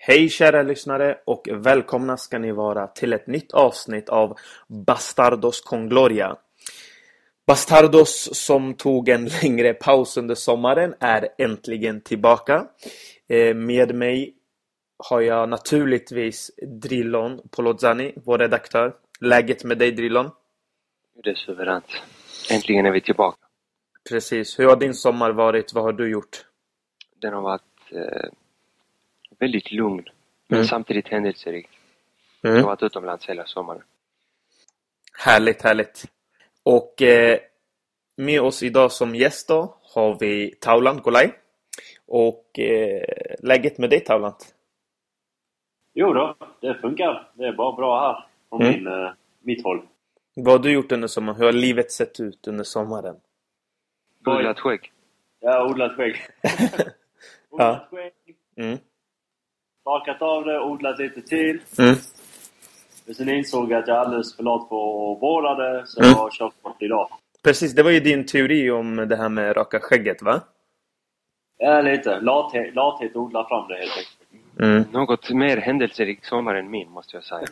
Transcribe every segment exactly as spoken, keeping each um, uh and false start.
Hej kära lyssnare och välkomna ska ni vara till ett nytt avsnitt av Bastardos con Gloria. Bastardos som tog en längre paus under sommaren är äntligen tillbaka. Med mig har jag naturligtvis Drillon Polozzani, vår redaktör. Läget med dig, Drillon? Det är suveränt. Äntligen är vi tillbaka. Precis. Hur har din sommar varit? Vad har du gjort? Den har varit eh, väldigt lugn. Men mm. samtidigt händelserik. Mm. Jag har varit utomlands hela sommaren. Härligt, härligt. Och eh, med oss idag som gäst då har vi Taulant Golay. Och eh, läget med dig, Taulant? Jo då, det funkar. Det är bara bra här från mm. min, eh, mitt håll. Vad har du gjort under sommaren? Hur har livet sett ut under sommaren? Odlat skägg. Ja, odlat skägg. odlat ja. skägg. Mm. Bakat av det, odlat lite till. Mm. Men sen insåg jag att jag är alldeles för lat på att vårda det. Så mm. jag har kört bort idag. Precis, det var ju din teori om det här med raka skägget, va? Ja, lite. Lathet, lathet odlar fram det helt enkelt. Mm. Något mer händelserik sommar än min, måste jag säga.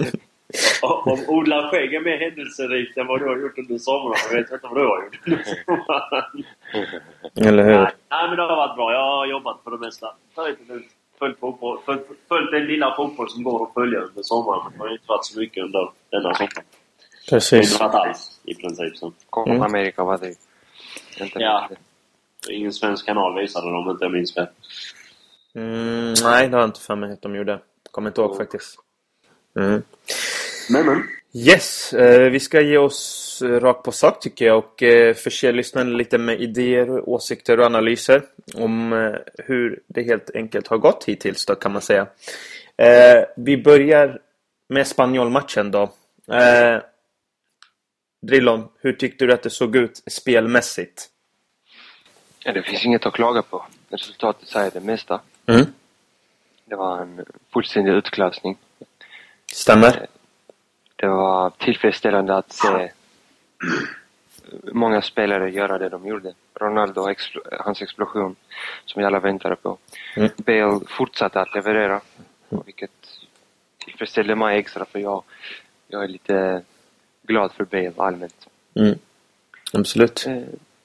Om odla skägg är mer händelserikt än vad du har gjort under sommaren. Jag vet inte vad du har gjort under sommaren. Eller hur? Nej, nej, men det har varit bra. Jag har jobbat på det mesta. Följt, fotboll, följt, följt den lilla fotboll som går att följa under sommaren. Det har inte varit så mycket under denna sommaren. Precis. Det har inte varit alls, i princip. Så. Kom mm. Amerika var det inte ja. Mycket. Ingen svensk kanal visade dem, inte jag minns det. Mm, nej, det har inte för mig att de gjorde. Kommer inte ihåg mm. faktiskt. Mm. Men, men. Yes, eh, vi ska ge oss rakt på sak tycker jag och eh, förse lyssnarna lite med idéer, åsikter och analyser om eh, hur det helt enkelt har gått hittills då, kan man säga. Eh, vi börjar med Spanjol-matchen då. Eh, Drillon, hur tyckte du att det såg ut spelmässigt? Ja, det finns inget att klaga på. Resultatet säger det mesta. Mm. Det var en fullständig utklassning. Stämmer. Det var tillfredsställande att se många spelare göra det de gjorde. Ronaldo, expl- hans explosion som vi alla väntade på. Mm. Bale fortsatte att leverera. Vilket tillfredsställde mig extra för jag, jag är lite glad för Bale allmänt. Mm. Absolut. Eh.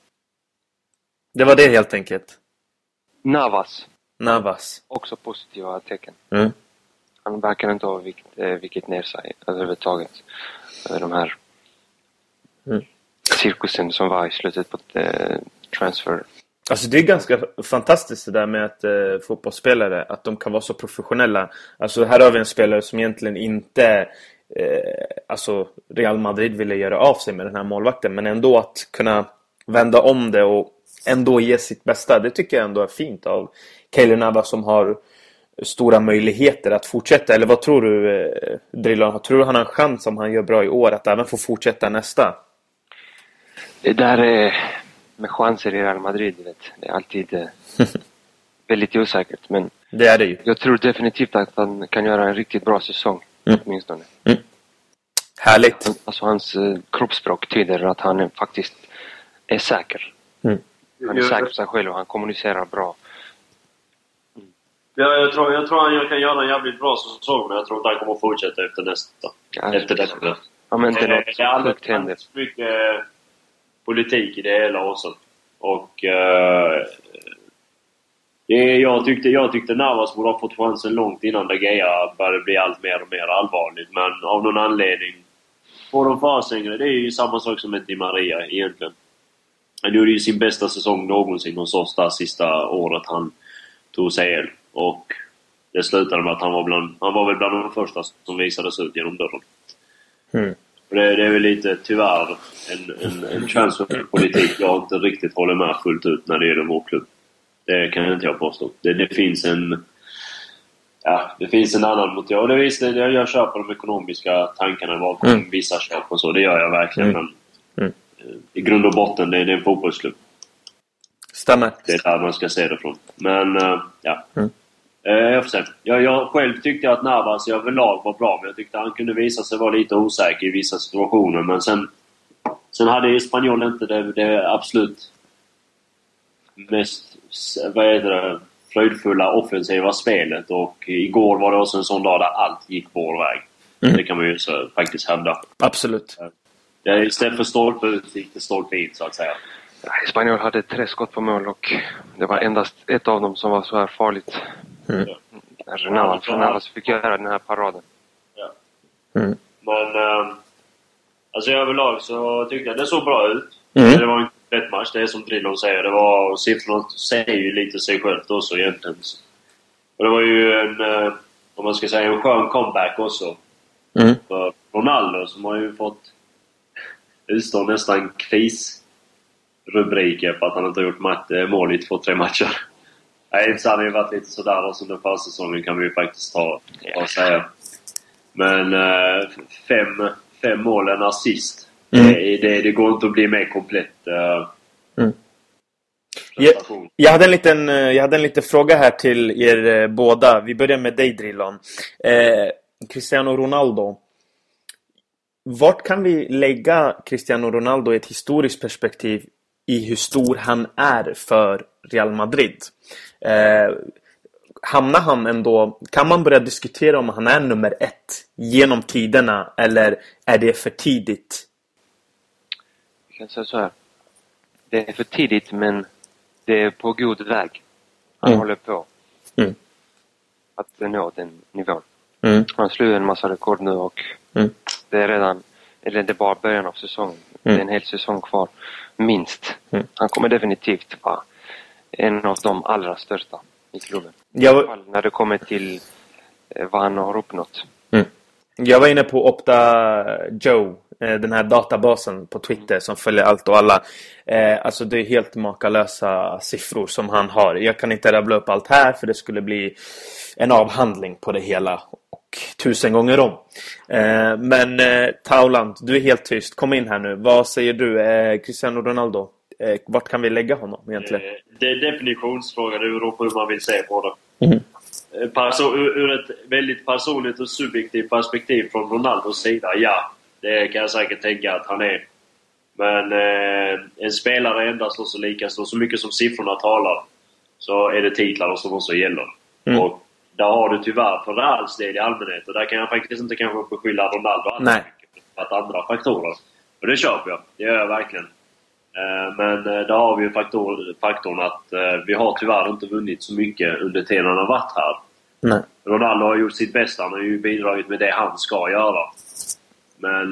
Det var det helt enkelt. Navas. Navas. Också positiva tecken. Mm. Han verkar inte ha vilket, eh, vilket ner sig överhuvudtaget. De här mm. cirkusen som var i slutet på eh, transfer. Alltså det är ganska fantastiskt det där med att eh, fotbollsspelare, att de kan vara så professionella. Alltså här har vi en spelare som egentligen inte eh, alltså Real Madrid ville göra av sig med den här målvakten. Men ändå att kunna vända om det och ändå ge sitt bästa. Det tycker jag ändå är fint av Keylor Navas som har stora möjligheter att fortsätta. Eller vad tror du, eh, Drillon? Tror du han har en chans om han gör bra i år att även få fortsätta nästa? Det där är med chanser i Real Madrid, vet. Det är alltid eh, väldigt osäkert. Men det är det ju. Jag tror definitivt att han kan göra en riktigt bra säsong. Mm. Åtminstone. Mm. Härligt. Han, alltså hans eh, kroppsspråk tyder att han faktiskt är säker. Mm. Han är säker på sig själv och han kommunicerar bra. Ja, jag tror, jag tror han kan göra en jävligt bra säsong, men jag tror att han kommer att fortsätta efter nästa. Ja, efter detta. Ja, men inte något det är alldeles händer. mycket politik i det hela också. Och uh, det, jag, tyckte, jag tyckte Navas borde ha fått chansen långt innan De Gea började bli allt mer och mer allvarligt. Men av någon anledning får de försängre. Det är ju samma sak som med Di Maria egentligen. Han gjorde ju sin bästa säsong någonsin hos oss där sista året han tog C L. Och det slutade med att han var, bland, han var väl bland de första som visades ut genom dörren. Mm. Det, det är väl lite tyvärr en, en, en transferpolitik jag inte riktigt håller med fullt ut när det gäller vår klubb. Det kan inte jag påstå. Det, det finns en ja, det finns en annan motiv. Och det visst, jag, jag köper de ekonomiska tankarna bakom mm. vissa köp och så. Det gör jag verkligen. Mm. Men mm. i grund och botten det är det en fotbollsklubb. Stämmer. Det är där man ska se det från. Men uh, ja. Mm. Uh, jag får se. Jag, jag själv tyckte att Navas överlag var bra. Men jag tyckte att han kunde visa sig vara lite osäker i vissa situationer. Men sen, sen hade ju Spanjol inte det, det absolut mest, vad heter det, fröjdfulla offensiva spelet. Och igår var det också en sån dag där allt gick vår väg. Mm. Det kan man ju så, faktiskt hävda. Absolut. Ja, istället för stolpe ut gick det stolpe in, så att säga. Spanien hade tre skott på mål och det var endast ett av dem som var så här farligt. Mm. Ronaldo fick göra den här paraden. Ja. Mm. Men äh, alltså överlag så tyckte jag det såg bra ut. Mm. Det var en rätt match, det är som Drillon säger. Det var, siffrorna säger ju lite sig självt också egentligen. Och det var ju en, äh, om man ska säga, en skön comeback också. Mm. För Ronaldo som har ju fått utstå nästan krisrubriker på att han inte har gjort mat- mål i två, tre matcher. Nej, så har det ju varit lite sådär också under försäsongen, kan vi ju faktiskt ta och säga. Men äh, fem, fem mål, en assist. Mm. Det, det, det går inte att bli mer komplett. Äh, mm. jag, jag, hade en liten, jag hade en liten fråga här till er eh, båda. Vi börjar med dig, Drillon. Eh, Cristiano Ronaldo. Vart kan vi lägga Cristiano Ronaldo i ett historiskt perspektiv i hur stor han är för Real Madrid? Eh, hamnar han ändå, kan man börja diskutera om han är nummer ett genom tiderna, eller är det för tidigt? Jag kan säga så här. Det är för tidigt, men det är på god väg. Han mm. håller på mm. att nå den nivån. Mm. Han slår en massa rekord nu och mm. det är redan, eller det är bara början av säsongen. Mm. Det är en hel säsong kvar, minst. Mm. Han kommer definitivt vara en av de allra största i klubben. Jag... I alla fall när det kommer till eh, vad han har uppnått. Mm. Jag var inne på Opta Joe, eh, den här databasen på Twitter som följer allt och alla. Eh, alltså det är helt makalösa siffror som han har. Jag kan inte rabbla upp allt här, för det skulle bli en avhandling på det hela och tusen gånger om. Eh, men eh, Taulant, du är helt tyst. Kom in här nu. Vad säger du? Eh, Cristiano Ronaldo, eh, vart kan vi lägga honom egentligen? Eh, det är definitionsfråga. Det beror på hur man vill se på det. Mm. Perso- ur, ur ett väldigt personligt och subjektivt perspektiv från Ronaldos sida, ja, det kan jag säkert tänka att han är. Men eh, en spelare endast slår så lika så, så mycket som siffrorna talar, så är det titlar som också gäller. Mm. Och där har du tyvärr för Reals del i allmänhet, och där kan jag faktiskt inte kanske beskylla Ronaldo Nej. för att andra faktorer. Och det köper jag, det gör jag verkligen. Men där har vi ju faktor, faktorn att vi har tyvärr inte vunnit så mycket under tiden han har varit här. Nej. Ronaldo har gjort sitt bästa. Han har ju bidragit med det han ska göra. Men,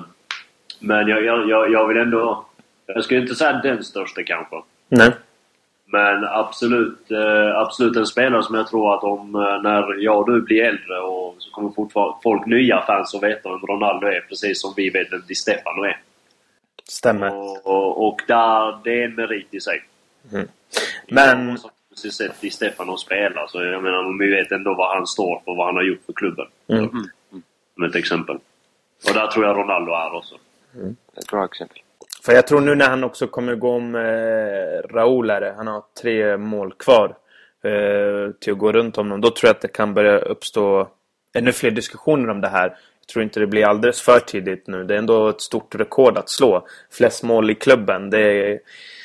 men jag, jag, jag vill ändå... Jag skulle inte säga den största kanske. Nej. Men absolut, absolut en spelare som jag tror att om när jag och du blir äldre, och så kommer fortfarande folk, nya fans, att veta vem Ronaldo är, precis som vi vet vem Di Stefano är. Stämmer. Och, och, och där, det är en merit i sig. Mm. Men... Jag har sett Di Stefano spela, så jag menar, vi vet ändå vad han står för, vad han har gjort för klubben. Mm. Mm. Som ett exempel. Och där tror jag Ronaldo är också. Mm. Ett bra exempel. För jag tror nu när han också kommer gå om eh, Raúl är, han har tre mål kvar eh, till att gå runt om dem. Då tror jag att det kan börja uppstå ännu fler diskussioner om det här. Jag tror inte det blir alldeles för tidigt nu. Det är ändå ett stort rekord att slå. Flest mål i klubben. Det är,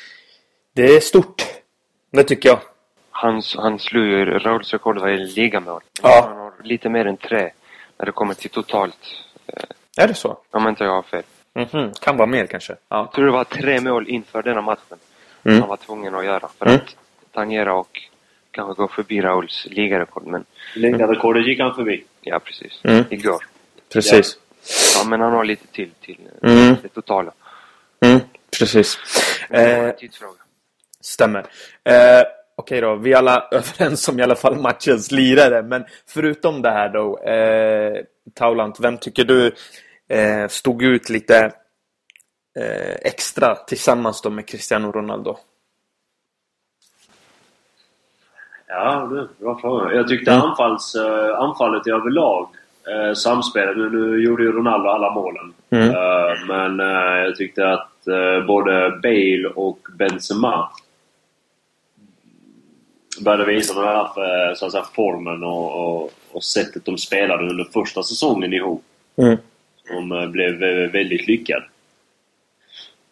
det är stort. Det tycker jag. Hans, han slog ju Raúls rekord var i ligamål. Ja. Han har lite mer än tre när det kommer till totalt. Eh, är det så? Om inte jag har fel. Mm-hmm. Kan vara mer kanske. Ja. Jag tror det var tre mål inför denna matchen. Mm. Han var tvungen att göra. För Mm. att tangera och kanske gå förbi Raúls ligarekord. Men... Ligarekordet gick han förbi. Ja, precis. Mm. Igår. Precis. Ja, men han har lite till till Mm. det totala. Mm. Precis. Eh, tidsfråga. stämmer. Eh, Okej då, vi är alla överens om i alla fall matchens lirare. Men förutom det här då, eh, Taulant, vem tycker du eh, stod ut lite eh, extra tillsammans då med Cristiano Ronaldo? Ja, det är bra fråga. Jag tyckte Mm. anfalls, äh, anfallet i överlag äh, samspelade. Nu, nu gjorde ju Ronaldo alla målen. Mm. Äh, men äh, jag tyckte att äh, både Bale och Benzema började visa den här så att säga, formen och, och, och sättet de spelade under första säsongen ihop. Mm. Som äh, blev väldigt lyckad.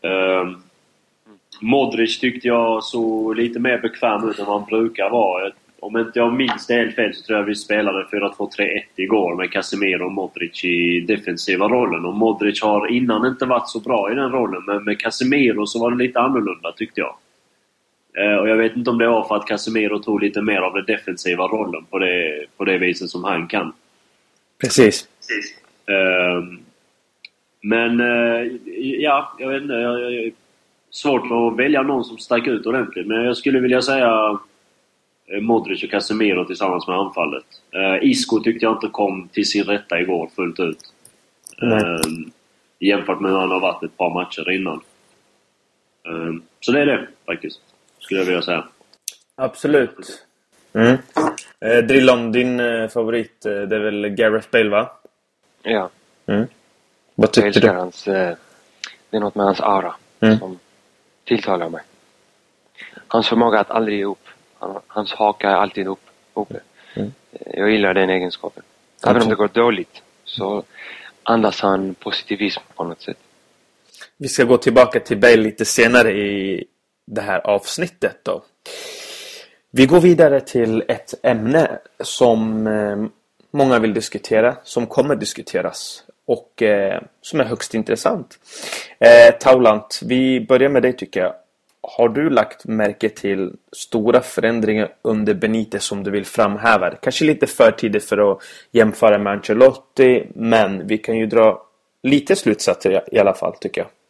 Äh, Modric tyckte jag så lite mer bekväm ut än vad han brukar vara. Jag om inte jag minns det helt fel så tror jag vi spelade fyra två tre ett igår med Casemiro och Modric i defensiva rollen. Och Modric har innan inte varit så bra i den rollen, men med Casemiro så var det lite annorlunda tyckte jag. Eh, och jag vet inte om det var för att Casemiro tog lite mer av den defensiva rollen på det, på det viset som han kan. Precis. Precis. Eh, men eh, ja, jag vet inte. Jag, jag, svårt att välja någon som stack ut ordentligt. Men jag skulle vilja säga Modric och Casemiro tillsammans med anfallet. Uh, Isco tyckte jag inte kom till sin rätta igår fullt ut. Uh, jämfört med när han har varit ett par matcher innan. Uh, så det är det faktiskt. Skulle jag vilja säga. Absolut. Mm. Uh, Drillon, din uh, favorit, uh, det är väl Gareth Bale, va? Ja. Mm. Vad tyckte du? Hans, uh, det är något med hans aura mm. som tilltalar mig. Hans förmåga att aldrig ge upp. Han, hans haka är alltid upp, uppe. Mm. Jag gillar den egenskapen. Även Absolut. Om det går dåligt så andas han positivism på något sätt. Vi ska gå tillbaka till Bale lite senare i det här avsnittet då. Vi går vidare till ett ämne som eh, många vill diskutera, som kommer diskuteras och eh, som är högst intressant. Eh, Taulant, vi börjar med dig tycker jag. Har du lagt märke till stora förändringar under Benitez som du vill framhäva? Kanske lite för tidigt för att jämföra med Ancelotti, men vi kan ju dra lite slutsatser i alla fall, tycker jag.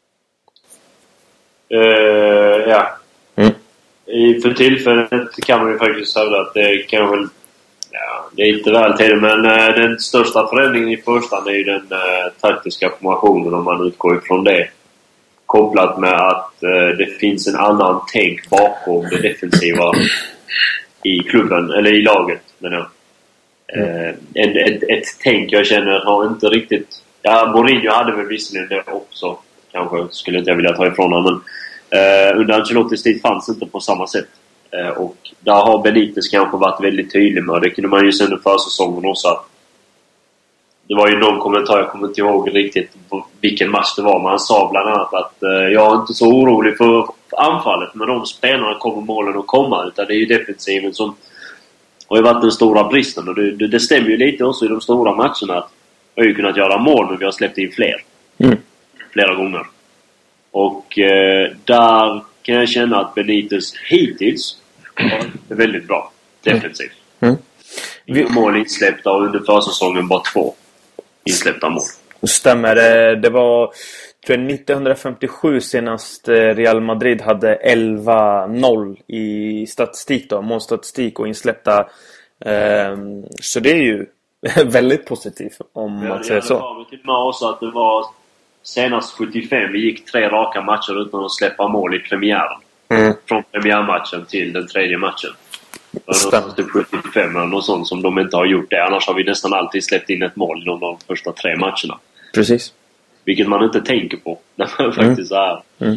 Uh, ja. Mm. I, för tillfället kan man ju faktiskt säga att det kan väl... Ja, det är inte väl till men uh, den största förändringen i första är ju den uh, taktiska formationen om man utgår ifrån det. Kopplat med att eh, det finns en annan tänk bakom det defensiva i klubben, eller i laget menar jag. Eh, ett, ett, ett tänk jag känner har inte riktigt... Ja, Mourinho hade väl visserligen det också. Kanske skulle inte jag vilja ta ifrån honom. Men eh, under Ancelottis tid fanns inte på samma sätt. Eh, och där har Benitez kanske varit väldigt tydlig med. Det kunde man ju se under försäsongen också. Det var ju någon kommentar, jag kommer inte ihåg riktigt vilken match det var. Men han sa bland annat att eh, jag är inte så orolig för anfallet. Men de spelarna kommer målen att komma. Utan det är ju defensiven som har ju varit den stora bristen. Och det, det, det stämmer ju lite också i de stora matcherna. Att vi har ju kunnat göra mål men vi har släppt in fler. Mm. Flera gånger. Och eh, där kan jag känna att Benitez hittills är väldigt bra. Defensivt. Mm. Vi... Mål insläppta och under försäsongen bara två insläppta mål. Stämmer. Det var tror jag, nittonhundrafemtiosju senast Real Madrid hade elva noll i statistik då, målstatistik och insläppta. Um, så det är ju väldigt positivt om ja, man säger så. Det var till och med också att det var senast sjuttiofem. Vi gick tre raka matcher utan att släppa mål i premiären. Mm. Från premiärmatchen till den tredje matchen. Typ sjuttiofem eller något sånt som de inte har gjort det. Annars har vi nästan alltid släppt in ett mål i de, de första tre matcherna. Precis. Vilket man inte tänker på när man faktiskt mm. är. Mm.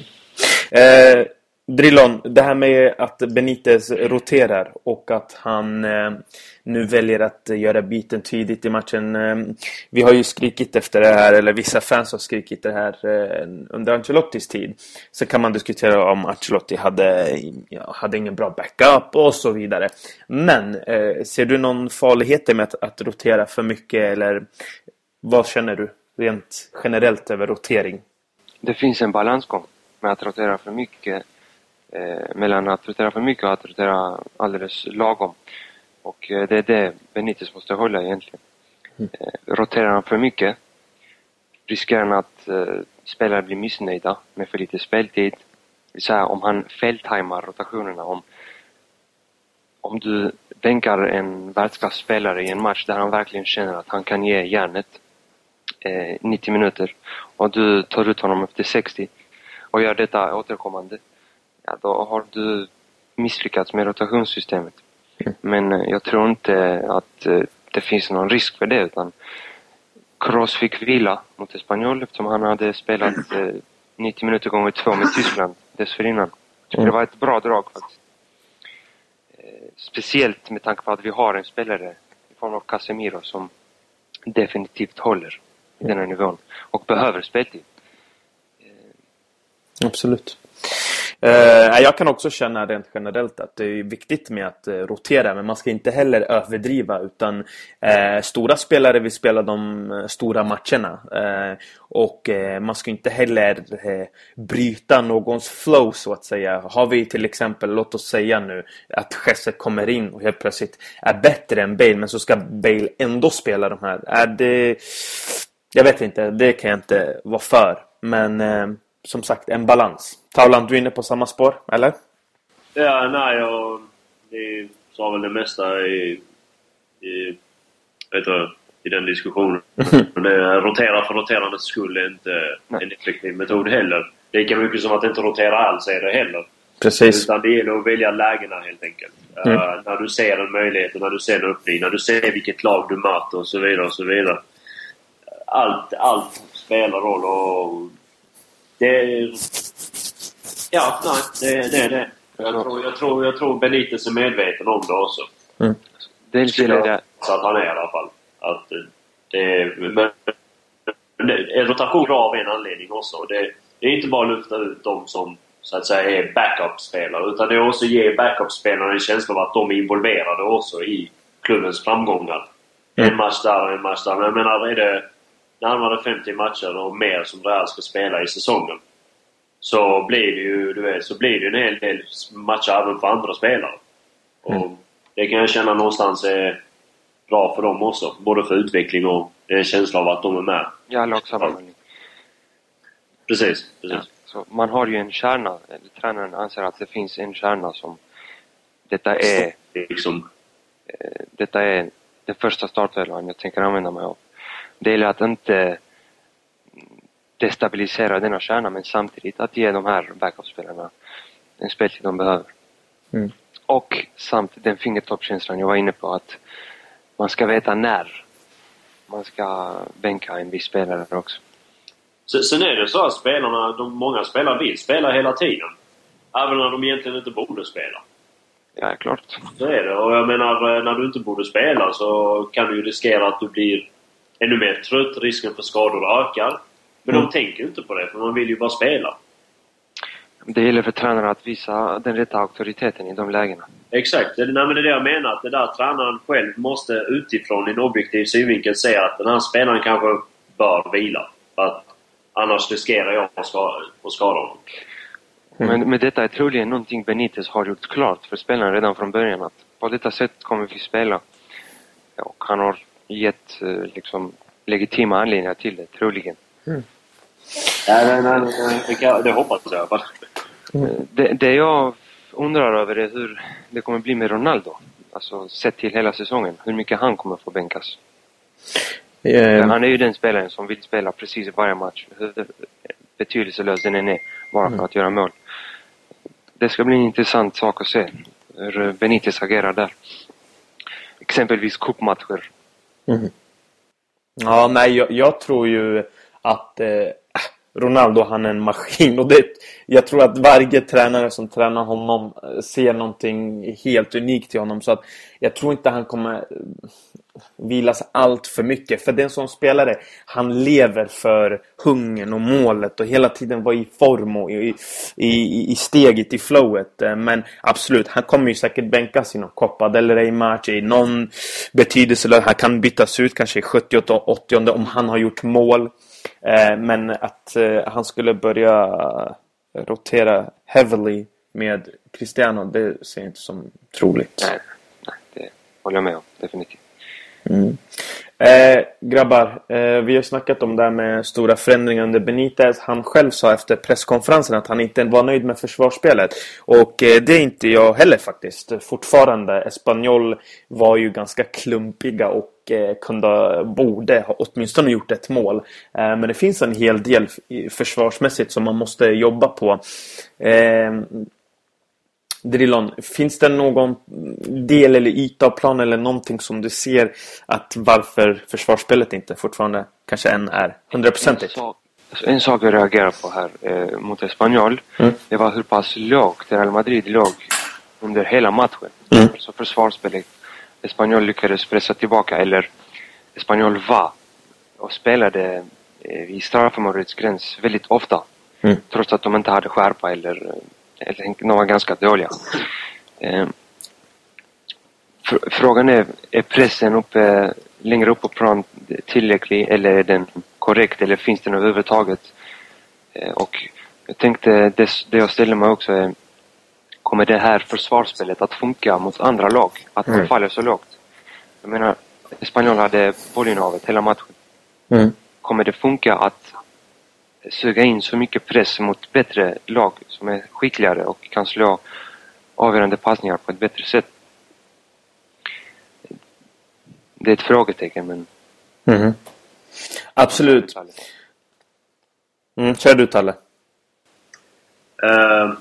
Eh, Drillon, det här med att Benitez roterar och att han eh, nu väljer att göra biten tidigt i matchen. Eh, vi har ju skrikit efter det här, eller vissa fans har skrikit det här eh, under Ancelottis tid. Så kan man diskutera om Ancelotti hade, ja, hade ingen bra backup och så vidare. Men eh, ser du någon farlighet med att, att rotera för mycket, eller vad känner du rent generellt över rotering? Det finns en balansgång med att rotera för mycket. Eh, mellan att rotera för mycket och att rotera alldeles lagom. Och eh, det är det Benitez måste hålla egentligen. Eh, roterar han för mycket riskerar han att eh, spelare blir missnöjda med för lite speltid. Det vill säga om han feltajmar rotationerna. Om, om du bänkar en världsklasspelare i en match där han verkligen känner att han kan ge järnet eh, nittio minuter. Och du tar ut honom efter sextio och gör detta återkommande. Ja, då har du misslyckats med rotationssystemet. Mm. Men jag tror inte att uh, det finns någon risk för det, utan Kroos fick vila mot Espanyol eftersom han hade spelat uh, nittio minuter gånger två med Tyskland dessförinnan. Mm. Det var ett bra drag faktiskt. Uh, speciellt med tanke på att vi har en spelare i form av Casemiro som definitivt håller i den här nivån och behöver speltid. Uh. Absolut. Uh, jag kan också känna rent generellt att det är viktigt med att uh, rotera, men man ska inte heller överdriva, utan uh, stora spelare vill spela de uh, stora matcherna uh, och uh, man ska inte heller uh, bryta någons flow så att säga. Har vi till exempel, låt oss säga nu att Jesus kommer in och helt plötsligt är bättre än Bale, men så ska Bale ändå spela de här. Är det, jag vet inte, det kan jag inte vara för, men uh, som sagt, en balans. Taulan, du är inne på samma spår, eller? Ja, nej, jag ni sa väl det mesta i, i, vet du, i den diskussionen. Det, rotera för roterandets skull är inte en effektiv metod heller. Lika mycket som att inte rotera alls är det heller. Precis. Utan det gäller att välja lägena helt enkelt. Mm. Uh, när du ser en möjlighet, när du ser en öppning, när du ser vilket lag du möter och så vidare och så vidare. Allt, allt spelar roll och det är... Ja, nej, det, det är det. Jag tror, jag, tror, jag tror Benitez är medveten om det också. Mm. Dels är det... Så att han är i alla fall. Att det är... Men, en rotation av en anledning också. Det, det är inte bara att lufta ut dem som så att säga är backup-spelare. Utan det är också att ge backup-spelarna en känsla av att de är involverade också i klubbens framgångar. Mm. En match där och en match där. Men jag menar, är det närmare femtio matcher och mer som Real ska spela i säsongen, så blir det ju, du vet, så blir det en hel del matcher även för andra spelare. Och mm. det kan jag känna någonstans är bra för dem också. Både för utveckling och en känsla av att de är med. Ja, lagsammanhållning. Precis, precis. Ja, så man har ju en kärna. Tränaren anser att det finns en kärna som detta är liksom. eh, detta är den första startelvan jag tänker använda mig av. Det är att inte destabilisera denna kärna, men samtidigt att ge de här backup-spelarna den speltid de behöver. Mm. Och samt den fingertoppkänslan jag var inne på, att man ska veta när man ska bänka en viss spelare också. Sen är det så att spelarna, de många spelare vill spela hela tiden. Även när de egentligen inte borde spela. Ja, klart. Så är det. Och jag menar, när du inte borde spela så kan du ju riskera att du blir ännu mer trött. Risken för skador ökar. Men mm. de tänker inte på det, för man vill ju bara spela. Det gäller för tränaren att visa den rätta auktoriteten i de lägena. Exakt. Det, nej, men det är det jag menar. Att det där tränaren själv måste utifrån en objektiv synvinkel säga att den här spelaren kanske bör vila. Att annars riskerar jag att skada, att skada honom. Mm. Men, men detta är troligen någonting Benitez har gjort klart för spelarna redan från början. Att på detta sätt kommer vi spela. Och han har gett liksom legitima anledningar till det, troligen. Mm. Ja, nej, nej, nej, det, kan, det hoppas jag bara. Mm. Det, det jag undrar över är hur det kommer bli med Ronaldo. Alltså sett till hela säsongen. Hur mycket han kommer få bänkas. Mm. Han är ju den spelaren som vill spela precis i varje match. Hur betydelselös den är bara för mm. att göra mål. Det ska bli en intressant sak att se hur Benitez agerar där. Exempelvis cupmatcher. Mm. Ja, nej, jag, jag tror ju att eh, Ronaldo, han är en maskin. Och det, jag tror att varje tränare som tränar honom ser någonting helt unikt i honom. Så att jag tror inte han kommer vilas allt för mycket. För den som spelare, han lever för hungern och målet. Och hela tiden vara i form och i, i, i steget, i flowet. Men absolut, han kommer ju säkert bänkas i någon Copa del Rey-match. I någon betydelselös. Han kan bytas ut kanske i sjuttio åttio om han har gjort mål. Men att han skulle börja rotera heavily med Cristiano, det ser jag inte som troligt. Nej, nej, det håller jag med om, definitivt. Mm. Eh, grabbar, eh, vi har snackat om det här med stora förändringar under Benitez. Han själv sa efter presskonferensen att han inte var nöjd med försvarsspelet. Och eh, det är inte jag heller faktiskt. Fortfarande, Espanyol var ju ganska klumpiga och eh, kunde, borde ha åtminstone gjort ett mål. Eh, men det finns en hel del försvarsmässigt som man måste jobba på. Eh, Drillon, finns det någon del eller yta av plan eller någonting som du ser att varför försvarsspelet inte fortfarande kanske än är hundraprocentigt? En, alltså en sak jag reagerar på här eh, mot Espanyol, mm. det var hur pass lågt Real Madrid låg under hela matchen. Mm. Alltså försvarsspelet. Espanyol lyckades pressa tillbaka, eller Espanyol var och spelade eh, i straffområdets gräns väldigt ofta. Mm. Trots att de inte hade skärpa eller eller de var ganska dåliga. Eh, fr- frågan är, är pressen uppe, längre upp på plan tillräcklig eller är den korrekt eller finns den överhuvudtaget? Eh, och jag tänkte, det, det jag ställer mig också är, kommer det här försvarsspelet att funka mot andra lag? Att de mm. faller så lågt? Jag menar, Espanyol hade bollinnehavet hela matchen. Mm. Kommer det funka att suga in så mycket press mot bättre lag som är skickligare och kan slå avgörande passningar på ett bättre sätt? Det är ett frågetecken, men... Mm. Absolut. Mm, kör du, Talle. Uh,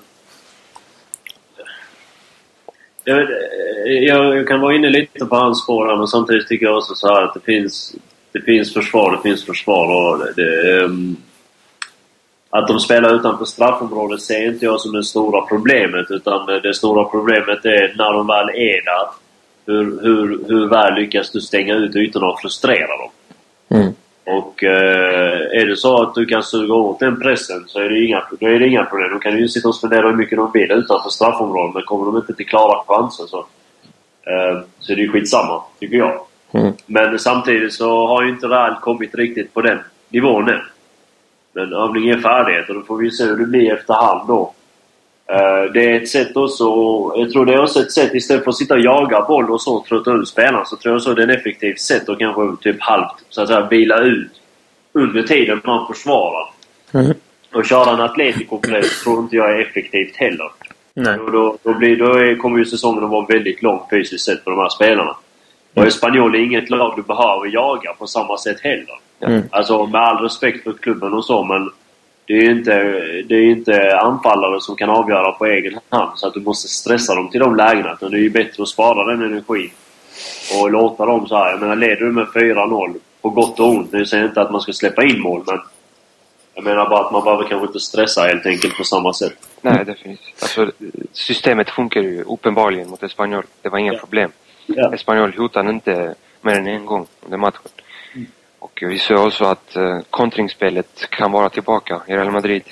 jag, jag kan vara inne lite på hans spår här, men samtidigt tycker jag också så här att det finns, det finns försvar, det finns försvar och det, det, um, att de spelar utanför straffområdet ser inte jag som det stora problemet, utan det stora problemet är när de väl är där, hur, hur, hur väl lyckas du stänga ut ytorna och frustrera dem. Mm. Och eh, är det så att du kan suga åt den pressen så är det inga, då är det inga problem. De kan ju sitta och spendera hur mycket de vill utanför straffområdet, men kommer de inte till klara chanser så, eh, så är det ju skitsamma, tycker jag. Mm. Men samtidigt så har ju inte Real kommit riktigt på den nivån än. Men övning är färdighet och då får vi se hur det blir efterhand då. Uh, det är ett sätt också, jag tror det är också ett sätt istället för att sitta och jaga boll och så trötta ut spelarna, så tror jag så det är ett effektivt sätt att kanske typ halvt så att säga vila ut under tiden man försvarar. Mm. Och köra en Atletico-press tror inte jag är effektivt heller. Nej. Då, då, då, blir, då är, kommer ju säsongen att vara väldigt lång fysiskt sett för de här spelarna. Mm. Och Espanyol är inget lag du behöver jaga på samma sätt heller. Mm. Alltså med all respekt för klubben och så, men det är inte, det är inte anfallare som kan avgöra på egen hand så att du måste stressa dem till de lägena. Det är ju bättre att spara den energin och låta dem så här. Jag menar, leder du med fyra noll på gott och ont, nu säger jag inte att man ska släppa in mål, men jag menar bara att man behöver kanske inte stressa helt enkelt på samma sätt. Nej, definitivt. Alltså, systemet funkar ju uppenbarligen mot Espanyol. Det var inga ja. problem. Ja. Espanyol hotade inte mer än en gång under matchen. Mm. Och vi ser också att uh, kontringsspelet kan vara tillbaka i Real Madrid.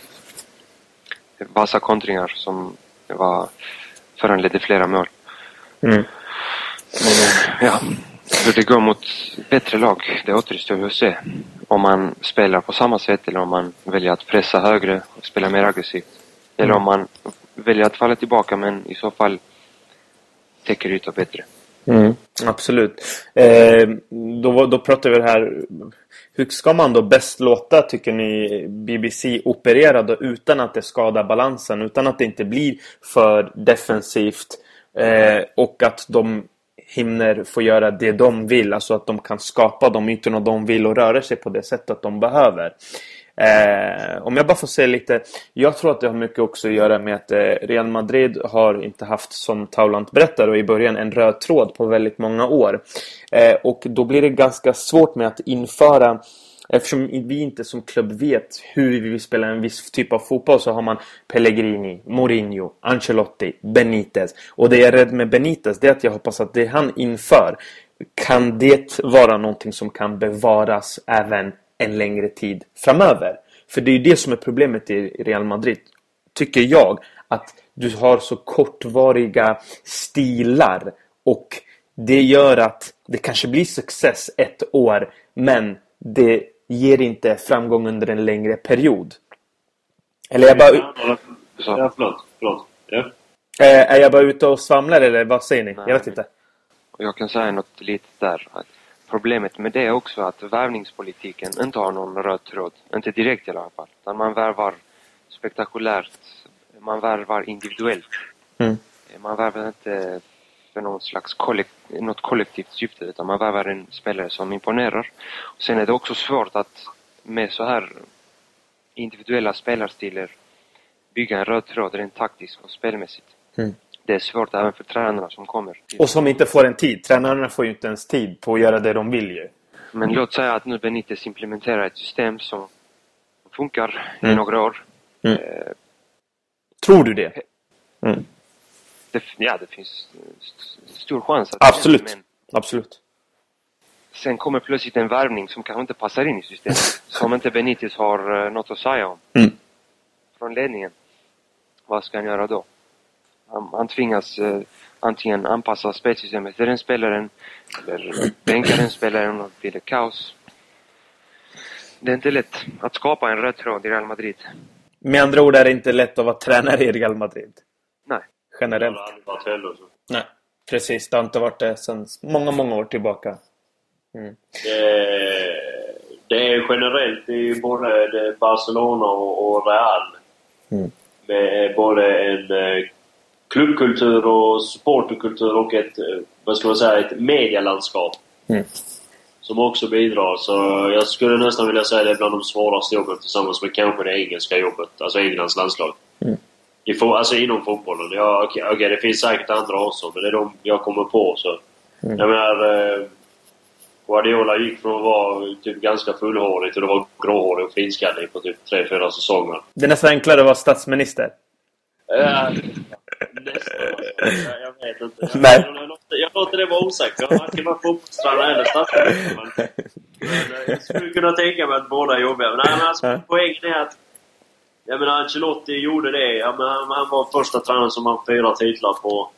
Vassa kontringar som var föranledde flera mål. Mm. Men uh, ja, hur det går mot bättre lag, det återstår att se. Om man spelar på samma sätt eller om man väljer att pressa högre och spela mer aggressivt. Mm. Eller om man väljer att falla tillbaka men i så fall täcker ytor bättre. Mm, absolut. Eh, då, då pratar vi här. Hur ska man då bäst låta, tycker ni, B B C operera då, utan att det skadar balansen, utan att det inte blir för defensivt eh, och att de hinner få göra det de vill, alltså att de kan skapa de ytorna de vill och röra sig på det sättet de behöver. Eh, om jag bara får säga lite, jag tror att det har mycket också att göra med att eh, Real Madrid har inte haft, som Taulant berättar och i början, en röd tråd på väldigt många år. Eh, och då blir det ganska svårt med att införa, eftersom vi inte som klubb vet hur vi vill spela en viss typ av fotboll, så har man Pellegrini, Mourinho, Ancelotti, Benitez. Och det jag är rädd med Benitez, det är att jag hoppas att det han inför, kan det vara någonting som kan bevaras även en längre tid framöver. För det är ju det som är problemet i Real Madrid, tycker jag, att du har så kortvariga stilar och det gör att det kanske blir success ett år, men det ger inte framgång under en längre period. Eller jag bara... Ja, förlåt. förlåt. Ja. Är jag bara ute och svamlar eller vad säger ni? Nej, jag vet inte. Jag kan säga något lite där. Problemet med det är också att värvningspolitiken inte har någon röd tråd. Inte direkt i alla fall. Utan man värvar spektakulärt. Man värvar individuellt. Mm. Man värvar inte för någon slags kollekt- något kollektivt syfte. Utan man värvar en spelare som imponerar. Och sen är det också svårt att med så här individuella spelarstilar bygga en röd tråd rent taktiskt och spelmässigt. Mm. Det är svårt även för tränarna som kommer. Och som inte får en tid. Tränarna får ju inte ens tid på att göra det de vill ju. Men låt säga att nu Benitez implementerar ett system som funkar mm. i några år. Mm. Eh, Tror du det? Mm. det? Ja, det finns stor chans. Att Absolut. Det, men Absolut. Sen kommer plötsligt en värvning som kanske inte passar in i systemet. Som inte Benitez har uh, något att säga om. Mm. Från ledningen. vad ska han göra då? Han, han tvingas eh, antingen anpassa spelsystemet till den spelaren eller bänka den spelaren och blir det kaos. Det är inte lätt att skapa en röd tråd i Real Madrid. Med andra ord är det inte lätt att vara tränare i Real Madrid. Nej. Generellt. Det har aldrig varit heller, så. Nej, precis. Det har inte varit det sedan många, många år tillbaka. Mm. Det, det är generellt i både Barcelona och, och Real. Mm. Med både en eh, klubbkultur och supporterkultur och ett, eh, vad ska man säga, ett medielandskap. Mm. Som också bidrar. Så jag skulle nästan vilja säga det är bland de svåraste jobben tillsammans med kanske det engelska jobbet. Alltså Englands landslag. Mm. I fo- alltså inom fotbollen. Ja, okej, okay, okay, det finns säkert andra också. Men det är de jag kommer på. Så. Mm. Jag menar, eh, Guardiola gick från att vara typ ganska fullhårig till att vara gråhårig och finskallig på typ tre, fyra säsonger. Det är nästan enklare att vara statsminister. Äh, nästan. Jag, jag vet inte. Jag, Nej. Jag, jag, låter, jag låter det vara osäkert. Jag varken vara fotbollstränare eller statsminister. Men, men jag skulle kunna tänka mig att båda är jobbiga. Men, nej, men alltså, poängen är att jag menar, Ancelotti gjorde det. Ja, men han, han var första tränaren som han fyra titlar på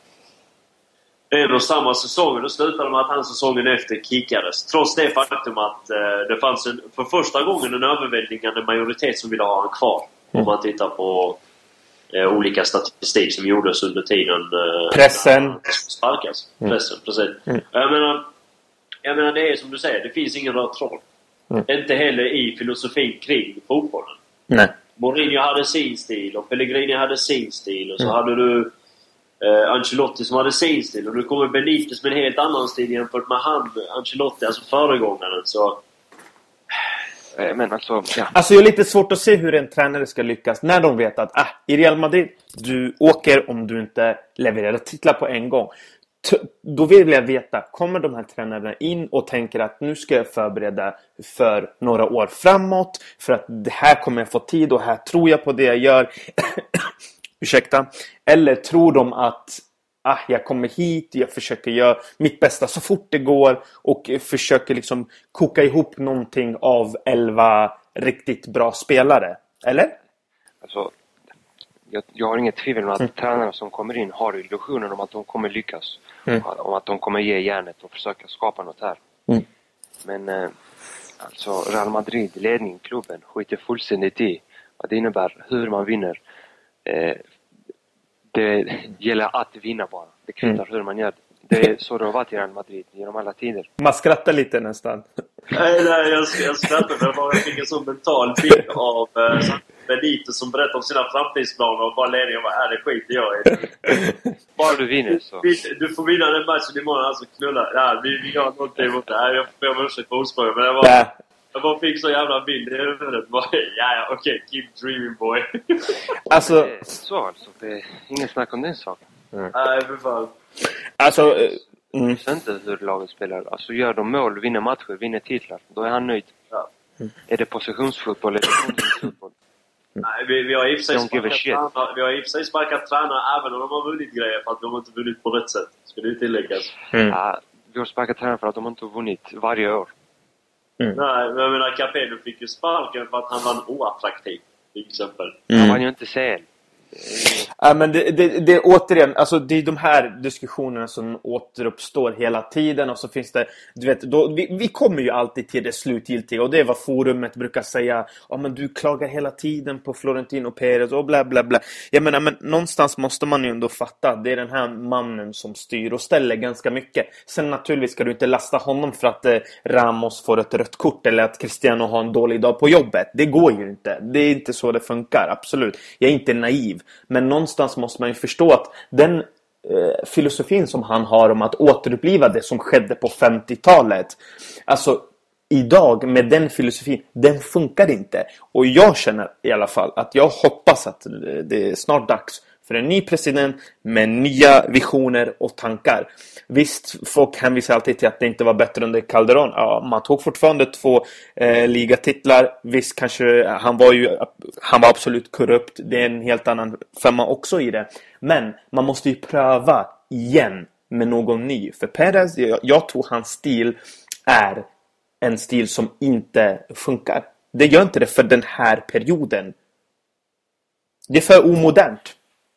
en och samma säsong. Då slutade med att han säsongen efter kickades. Trots det faktum att eh, det fanns en, för första gången en överväldigande majoritet som ville ha honom kvar. Mm. Om man tittar på eh, olika statistik som gjordes under tiden. Eh, Pressen. Sparkas. Pressen, mm. precis. Mm. Jag menar, jag menar, det är som du säger. Det finns ingen röd tråd. Mm. Inte heller i filosofin kring fotbollen. Nej. Mourinho hade sin stil och Pellegrini hade sin stil. Och så mm. hade du Uh, Ancelotti som hade sin stil. Och nu kommer Benitez med en helt annan stil jämfört med han, Ancelotti, alltså föregångaren. Så... Men alltså, ja. Alltså jag är lite svårt att se hur en tränare ska lyckas när de vet att ah, i Real Madrid, du åker om du inte levererar titlar på en gång. T- då vill jag veta, kommer de här tränarna in och tänker att nu ska jag förbereda för några år framåt för att det här kommer jag få tid och här tror jag på det jag gör. Ursäkta. Eller tror de att ah, jag kommer hit, jag försöker göra mitt bästa så fort det går och försöker liksom koka ihop någonting av elva riktigt bra spelare. Eller? Alltså, jag, jag har inget tvivel om att mm. tränarna som kommer in har illusionen om att de kommer lyckas. Mm. Om att de kommer ge järnet och försöka skapa något här. Mm. Men eh, alltså Real Madrid, ledning, klubben skiter fullständigt i vad det innebär, hur man vinner. Eh, det gäller att vinna bara. Det kvittar mm. hur man gör det. Det är så det har varit i Real Madrid genom alla tider. Man skrattar lite nästan. Nej, nej jag, jag skrattar för bara jag fick en sån mental bild av eh, Benito som berättar om sina framtidsplaner och bara ledningen var, är det skit jag är. Bara du vinner så. Du får vinna den matchen imorgon, alltså knulla. Ja, vi, vi gör någonting mot det här. Jag får be om ursäkt på ordspråket, men det var... Nä. Jag bara fick så jävla bild i huvudet. Ja, ja, okej. Okay, keep dreaming, boy. Alltså... Så alltså. Det är ingen snack om den saken. Mm. Nej, för fan. Alltså... Mm. Jag vet inte hur laget spelar. Alltså gör de mål, vinner matcher, vinner titlar. Då är han nöjd. Ja. Mm. Är det positionsfotboll eller fotboll? Mm. Nej, vi, vi har i och för sig sparkat tränare, vi har i och för sig sparkat tränare även om de har vunnit grejer för att de inte vunnit på rätt sätt. Ska det tilläggas? Mm. Ja, vi har sparkat tränare för att de inte har vunnit varje år. Mm. Nej, men jag menar Capello fick ju sparken för att han var oattraktiv, till exempel. Mm. Han var ju inte säl. Ja, men det, det, det återigen, alltså det är de här diskussionerna som återuppstår hela tiden och så finns det, du vet, då, vi, vi kommer ju alltid till det slutgiltiga och det är vad forumet brukar säga, ja men du klagar hela tiden på Florentino Perez och bla bla bla. Jag menar, men någonstans måste man ju ändå fatta att det är den här mannen som styr och ställer ganska mycket. Sen naturligtvis ska du inte lasta honom för att eh, Ramos får ett rött kort eller att Cristiano har en dålig dag på jobbet. Det går ju inte, det är inte så det funkar, absolut. Jag är inte naiv. Men någonstans måste man ju förstå att den eh, filosofin som han har om att återuppliva det som skedde på femtiotalet. Alltså idag med den filosofin, den funkar inte. Och jag känner i alla fall att jag hoppas att det är snart dags för en ny president med nya visioner och tankar. Visst, folk hänvisar alltid till att det inte var bättre under Calderón. Ja, man tog fortfarande två eh, ligatitlar. Visst, kanske han var ju han var absolut korrupt. Det är en helt annan femma också i det. Men man måste ju pröva igen med någon ny. För Perez, jag, jag tror hans stil är en stil som inte funkar. Det gör inte det för den här perioden. Det är för omodernt.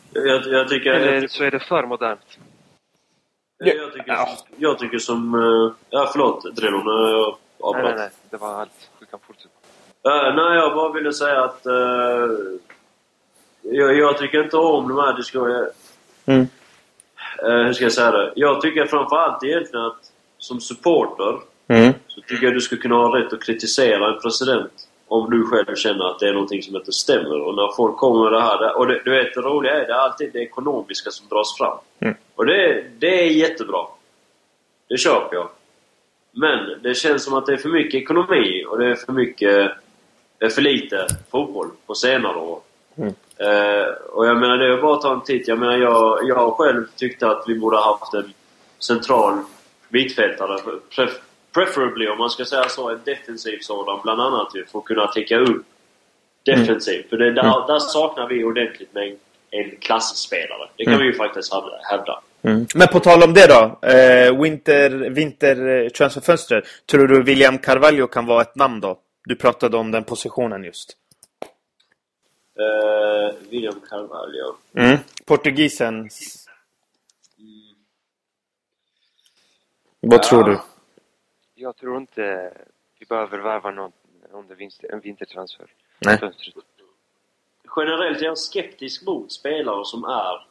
Jag, jag tycker, Eller jag tycker, så är det för modernt. jag, jag, tycker, ja. jag tycker som... Uh, ja, förlåt, Drillon. Uh, nej, nej, nej. Det var allt. Du kan fortsätta. Uh, nej, jag bara ville säga att... Uh, jag, jag tycker inte om de här diskussionerna. Mm. Uh, hur ska jag säga det? Jag tycker framförallt egentligen att som supporter mm. så tycker jag du ska kunna ha rätt att kritisera en president om du själv känner att det är någonting som inte stämmer. Och när folk kommer med det här... Och det, du vet, det roliga är det är alltid det ekonomiska som dras fram. Mm. Och det, det är jättebra. Det köper jag. Men det känns som att det är för mycket ekonomi och det är för mycket... Det är för lite fotboll på senare år. Mm. Uh, och jag menar, det är bara att ta en titt. Jag menar, jag, jag själv tyckte att vi borde ha haft en central mittfältare. Pref- preferably, om man ska säga så, en defensiv sådan. Bland annat för att kunna täcka upp defensivt. Mm. För det, där, mm. där saknar vi ordentligt med en klassspelare. Det kan mm. vi ju faktiskt hävda. Mm. Men på tal om det då. Eh, winter, vinter transferfönster. Tror du William Carvalho kan vara ett namn då? Du pratade om den positionen just. Uh, William Carvalho. Mm. Portugisen. Mm. Vad ja. tror du? Jag tror inte vi behöver värva någon under en vintertransfer. Nej. Generellt är jag skeptisk mot spelare som är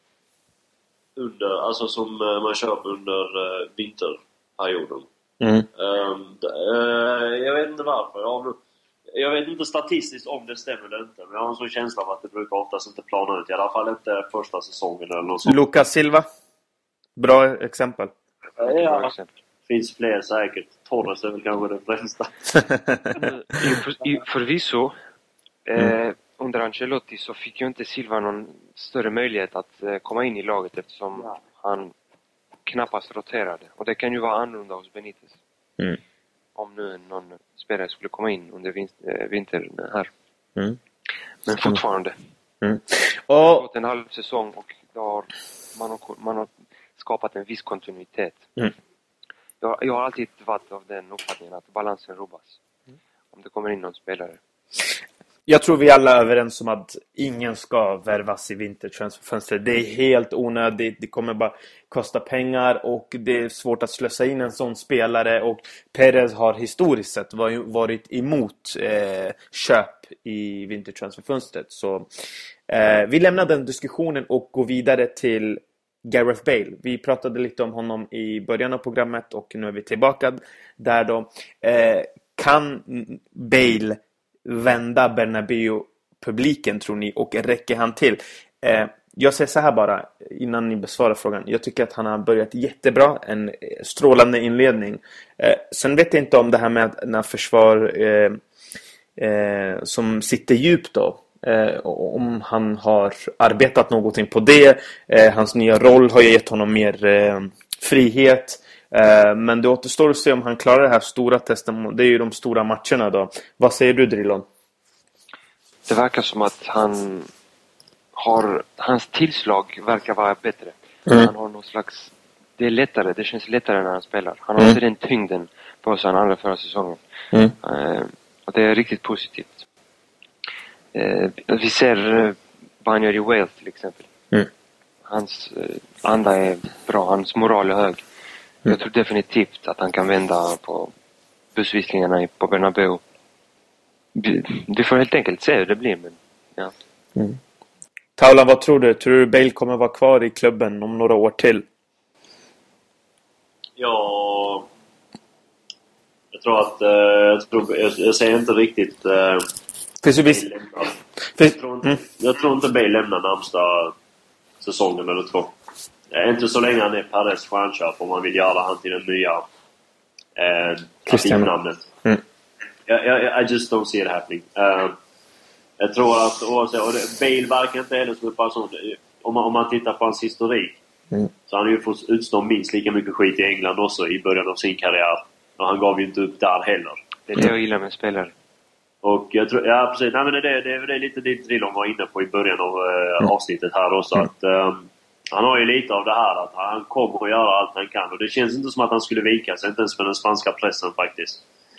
under, alltså som man köper under vinterperioden. Mm. Um, uh, jag vet inte varför. Jag, jag vet inte statistiskt om det stämmer eller inte. Men jag har en sån känsla av att det brukar oftast inte plana ut. I alla fall inte första säsongen eller något sånt. Lucas Silva. Bra exempel. Ja, ja. exempel. Finns fler säkert. Torres är väl kanske det främsta. för, i, förvisso mm. eh, under Ancelotti så fick ju inte Silva någon större möjlighet att eh, komma in i laget eftersom ja. han knappast roterade. Och det kan ju vara annorlunda hos Benitez. Mm. Om nu någon spelare skulle komma in under vin- vintern här. Mm. Men fortfarande. Mm. Och... Det har gått en halv säsong och har, man, har, man har skapat en viss kontinuitet. Mm. Jag, jag har alltid varit av den uppfattningen att balansen rubbas. Mm. Om det kommer in någon spelare. Jag tror vi alla är överens om att ingen ska värvas i vintertransferfönstret. Det är helt onödigt. Det kommer bara kosta pengar och det är svårt att slösa in en sån spelare. Och Perez har historiskt sett varit emot eh, köp i vintertransferfönstret. Så eh, vi lämnar den diskussionen och går vidare till Gareth Bale. Vi pratade lite om honom i början av programmet och nu är vi tillbaka där då. Eh, kan Bale vända Bernabéu-publiken tror ni och räcker han till? Eh, jag säger så här bara innan ni besvarar frågan. Jag tycker att han har börjat jättebra. En strålande inledning. Eh, sen vet jag inte om det här med när försvar eh, eh, som sitter djupt då. Eh, om han har arbetat någonting på det. Eh, hans nya roll har gett honom mer eh, frihet. Eh, men det återstår att se om han klarar det här stora testen. Det är ju de stora matcherna då. Vad säger du, Drillon? Det verkar som att han har, hans tillslag verkar vara bättre. Mm. Han har någon slags, det är lättare, det känns lättare när han spelar. Han har mm. inte den tyngden på sig han hade förra säsongen. Mm. Eh, och det är riktigt positivt. Eh, vi ser eh, vad han gör i Wales till exempel. Mm. Hans eh, anda är bra, hans moral är hög. Mm. Jag tror definitivt att han kan vända på bussvisningarna på Bernabéu. Du får helt enkelt se hur det blir, men ja. Mm. Taula, vad tror du? Tror du Bale kommer vara kvar i klubben om några år till? Ja, jag tror att uh, jag, tror, jag, jag säger inte riktigt uh, Finns det visst? jag, tror inte, mm. jag tror inte Bale lämnar närmsta säsongen eller två. Inte så länge han är Paris stjärnköp om man vill göra han till den nya eh, namnet. Mm. I, I, I just don't see it happening. Uh, jag tror att oavsett, och det, Bale verkar inte heller som en person. Om man, om man tittar på hans historik mm. så han har ju fått utstå minst lika mycket skit i England också i början av sin karriär. Och han gav ju inte upp där heller. Det är det jag gillar med spelare. Och jag tror, ja precis, nej men det, det, det, det är lite det Drillon var inne på i början av uh, mm. avsnittet här också. Mm. Att um, han har ju lite av det här att han kommer att göra allt han kan. Och det känns inte som att han skulle vika sig, inte ens för den spanska pressen faktiskt.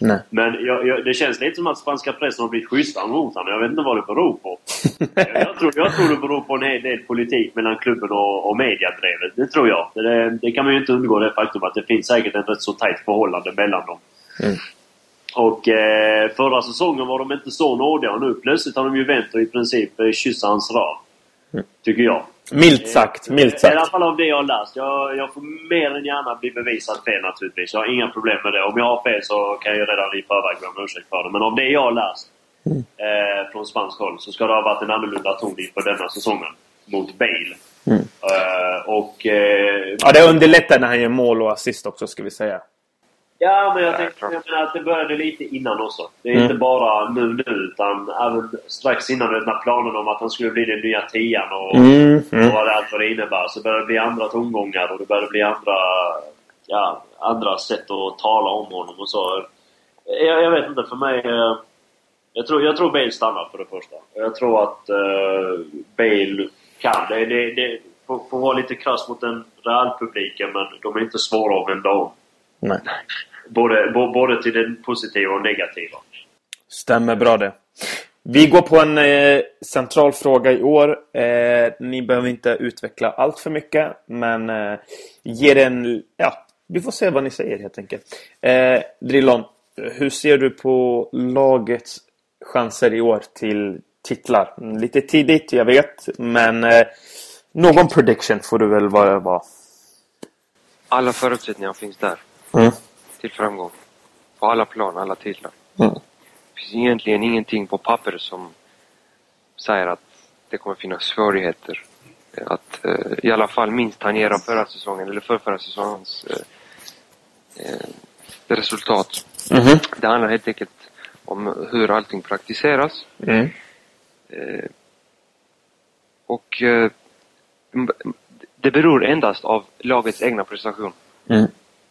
Nej. Men jag, jag, det känns lite som att spanska pressen har blivit schyssta mot honom. Jag vet inte vad det beror på. jag, jag, tror, jag tror det beror på en hel del politik mellan klubben och, och mediadrevet. Det tror jag. Det, det kan man ju inte undgå, det faktum att det finns säkert ett rätt så tajt förhållande mellan dem. Mm. Och eh, förra säsongen var de inte så nådiga. Och nu plötsligt har de ju vänt och i princip eh, kyssa hans rad. Mm. Tycker jag. Milt sagt, milt sagt. I alla fall av det jag har läst. Jag, jag får mer än gärna bli bevisad fel naturligtvis. Jag har inga problem med det. Om jag har fel så kan jag redan i förväg be om ursäkt för det. Men av det jag har läst mm. eh, från spansk håll så ska det ha varit en annorlunda ton inför denna säsongen. Mot Bale. Mm. Eh, och, eh, ja, det underlättar när han gör mål och assist också, ska vi säga. Ja, men jag tänkte jag menar att det började lite innan också. Det är mm. inte bara nu nu utan även strax innan den här planen om att han skulle bli den nya tian och, mm. Mm. och vad det allt vad det innebär. Så började det bli andra tongångar och det började bli andra, ja, andra sätt att tala om honom och så. Jag, jag vet inte, för mig... Jag tror, jag tror Bale stannar för det första. Jag tror att uh, Bale kan. Det, det, det får, får vara lite krass mot den Real-publiken, men de är inte svåra att vända om. Nej. Både, både till det positiva och negativa. Stämmer bra det. Vi går på en eh, central fråga i år. Eh, ni behöver inte utveckla allt för mycket. Men eh, ger en... Ja, vi får se vad ni säger helt enkelt. Eh, Drillon, hur ser du på lagets chanser i år till titlar? Lite tidigt, jag vet. Men eh, någon prediction får du väl vara. vara. Alla förutsättningar finns där. Mm. Till framgång. På alla plan, alla titlar. Mm. Det finns egentligen ingenting på papper som säger att det kommer finnas svårigheter. Att eh, i alla fall minst tangera förra säsongen eller för förra säsongens eh, eh, resultat. Mm. Det handlar helt enkelt om hur allting praktiseras. Mm. Eh, och eh, det beror endast av lagets egna prestation. Mm.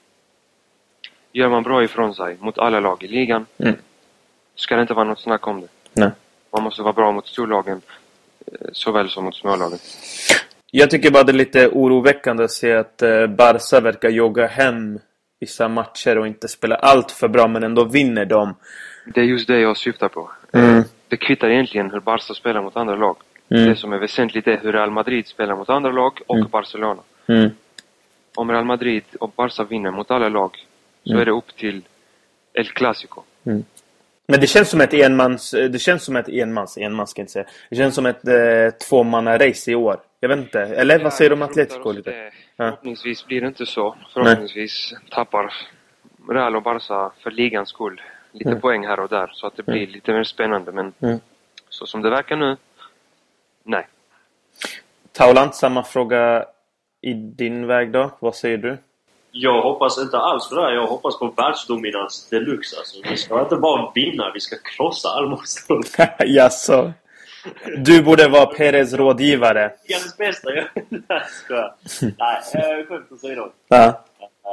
Gör man bra ifrån sig mot alla lag i ligan mm. ska det inte vara något snack om det. Nej. Man måste vara bra mot storlagen såväl som mot smålagen. Jag tycker bara det är lite oroväckande att se att Barca verkar jogga hem vissa matcher och inte spela allt för bra men ändå vinner dem. Det är just det jag syftar på. Mm. Det kvittar egentligen hur Barca spelar mot andra lag. Mm. Det som är väsentligt är hur Real Madrid spelar mot andra lag och mm. Barcelona. Mm. Om Real Madrid och Barca vinner mot alla lag så mm. är det upp till El Clasico. Mm. Men det känns som ett enmans... Det känns som ett enmans... Enmans ska jag inte säga. Det känns som ett eh, tvåmanna-race i år. Jag vet inte. Eller vad ja, säger du om Atletico lite? Det. Förhoppningsvis blir det inte så. Förhoppningsvis Nej. tappar Real och Barca för ligans skull lite mm. poäng här och där. Så att det blir mm. lite mer spännande. Men mm. så som det verkar nu, nej. Taulant, samma fråga i din väg då. Vad säger du? Jag hoppas inte alls på det här. Jag hoppas på världsdominans deluxe. Alltså. Vi ska inte bara vinna, vi ska krossa Almostol. Jaså. Du borde vara Perez rådgivare. Ligans bästa. Jag ska. Nej, skönt att säga då. Ja.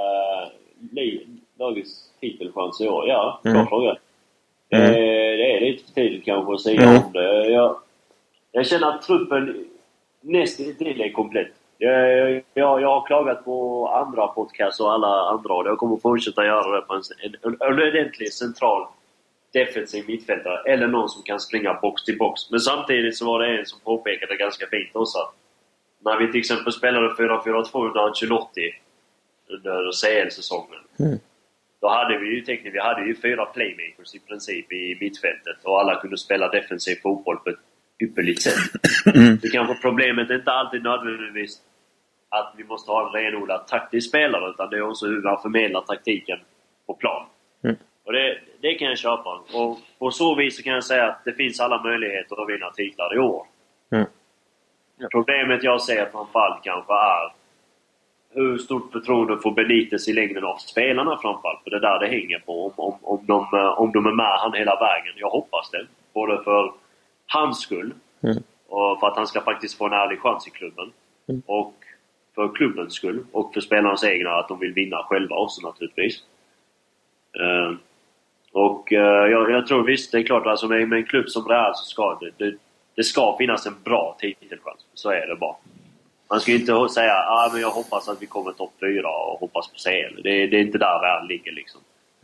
Uh, lagets titelchans i år. Ja, klar mm. fråga. Mm. Uh, det är lite för tidigt kanske att säga mm. om det. Jag, jag känner att truppen nästan till är komplett. Jag, jag, jag har klagat på andra podcasts och alla andra och jag kommer fortsätta göra det på en, en, en, en ordentlig central defensiv mittfältare eller någon som kan springa box till box. Men samtidigt så var det en som påpekade ganska fint också. När vi till exempel spelade fyra fyra två under Ancelotti under C L-säsongen. Mm. Då hade vi ju tekniskt, vi hade ju fyra playmakers i princip i mittfältet och alla kunde spela defensiv fotboll på ett ypperligt sätt. Mm. Det kanske problemet är inte alltid nödvändigtvis att vi måste ha en renodlad taktisk spelare utan det är också hur vi förmedlar taktiken på plan. Mm. Och det, det kan jag köpa. Och på så vis så kan jag säga att det finns alla möjligheter att vinna titlar i år. Mm. Ja. Problemet jag ser framförallt kanske är hur stort förtroende får Benitez i längden av spelarna framförallt. För det är där det hänger på. Om, om, om, de, om de är med han hela vägen. Jag hoppas det. Både för hans skull mm. och för att han ska faktiskt få en ärlig chans i klubben. Mm. Och för klubbens skull. Och för spelarnas egna att de vill vinna själva också naturligtvis. Uh, och uh, jag, jag tror visst, det är klart alltså med, med en klubb som Real så ska det, det, det ska finnas en bra titelchans. Så är det bara. Man ska ju inte säga ah, men jag hoppas att vi kommer topp fyra och hoppas på C L. Det, det är inte där Real ligger liksom. Nej.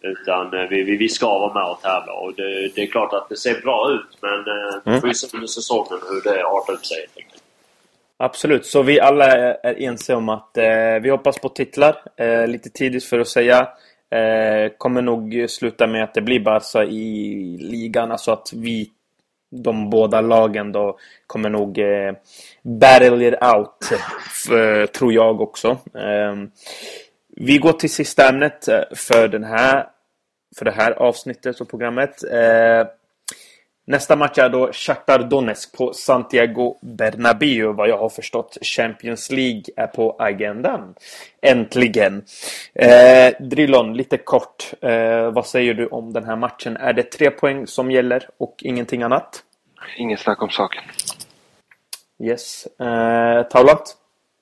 Utan eh, vi, vi, vi ska vara med och tävla. Och det, det är klart att det ser bra ut. Men eh, mm. vi får ju se under säsongen hur det artar upp sig. Absolut, så vi alla är ense om att eh, vi hoppas på titlar. Eh, lite tidigt för att säga. Eh, kommer nog sluta med att det blir Barca i ligan. Alltså att vi, de båda lagen då, kommer nog eh, battle it out. För, tror jag också. Eh, vi går till sista ämnet för, den här, för det här avsnittet av programmet. Eh, Nästa match är då Shakhtar Donetsk på Santiago Bernabéu. Vad jag har förstått, Champions League är på agendan. Äntligen. Eh, Drillon, lite kort. Eh, vad säger du om den här matchen? Är det tre poäng som gäller och ingenting annat? Ingen snack om saken. Yes. Eh, Taulant?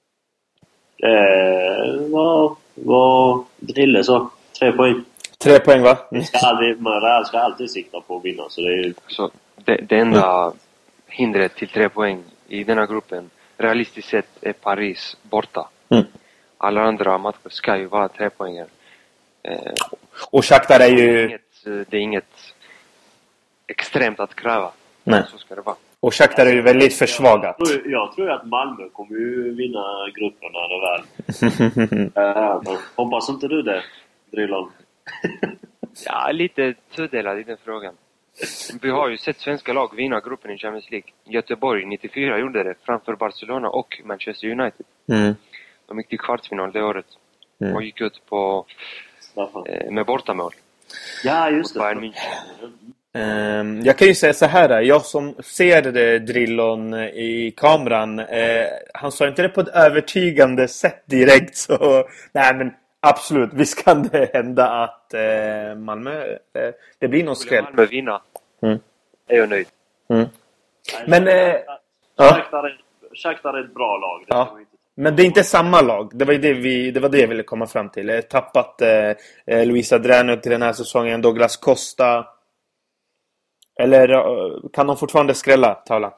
Eh, vad, vad Drille så? Tre poäng. Tre poäng, va? Mm. Ska aldrig, man ska alltid sikta på att vinna. Så det, är... så det, det enda mm. hindret till tre poäng i denna gruppen realistiskt sett är Paris borta. Mm. Alla andra matcher ska ju vara tre poänger. Eh, och Shakhtar är ju... Det är, inget, det är inget extremt att kräva. Nej. Så ska det vara. Och Shakhtar är ju väldigt försvagat. Jag tror, jag tror att Malmö kommer ju vinna gruppen när det väl. uh, hoppas inte du det, Drillon? Ja, lite tudelad i den frågan. Vi har ju sett svenska lag vinna gruppen i Champions League. Göteborg nittiofyra gjorde det framför Barcelona och Manchester United. Mm. De gick till kvartsfinal det året. Mm. Och gick ut på eh, med bortamål. Ja, just det. Um, jag kan ju säga så här. Jag som ser det, Drillon i kameran, eh, han sa inte det på ett övertygande sätt direkt. Så nej, men absolut, visst kan det hända att eh, Malmö, eh, det blir någon skräll. Malmö vinna. Mm. Är jag nöjd. Mm. Men eh, Shakhtar är ett bra lag. Det ja. Men det är inte samma lag. Det var det vi, det var det jag ville komma fram till. Jag har tappat eh, Luis Adriano till den här säsongen, Douglas Costa. Eller eh, kan de fortfarande skrälla, Taulant?